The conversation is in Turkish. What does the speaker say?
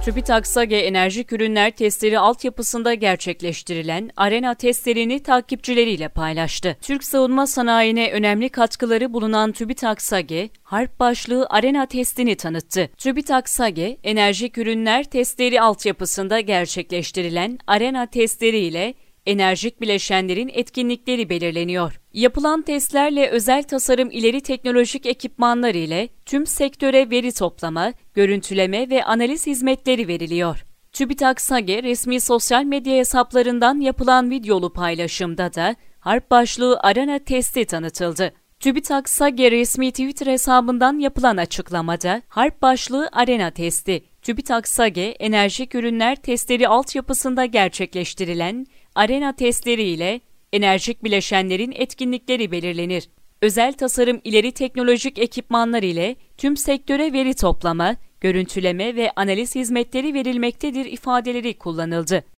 TÜBİTAK SAGE Enerjik Ürünler Testleri altyapısında gerçekleştirilen Arena testlerini takipçileriyle paylaştı. Türk savunma sanayine önemli katkıları bulunan TÜBİTAK SAGE, harp başlığı Arena testini tanıttı. TÜBİTAK SAGE, Enerjik Ürünler Testleri altyapısında gerçekleştirilen Arena testleriyle enerjik bileşenlerin etkinlikleri belirleniyor. Yapılan testlerle özel tasarım ileri teknolojik ekipmanlar ile tüm sektöre veri toplama, görüntüleme ve analiz hizmetleri veriliyor. TÜBİTAK SAGE resmi sosyal medya hesaplarından yapılan videolu paylaşımda da harp başlığı Arena testi tanıtıldı. TÜBİTAK SAGE resmi Twitter hesabından yapılan açıklamada harp başlığı Arena testi, TÜBİTAK SAGE Enerjik Ürünler Testleri altyapısında gerçekleştirilen Arena testleri ile enerjik bileşenlerin etkinlikleri belirlenir. Özel tasarım ileri teknolojik ekipmanlar ile tüm sektöre veri toplama, görüntüleme ve analiz hizmetleri verilmektedir ifadeleri kullanıldı.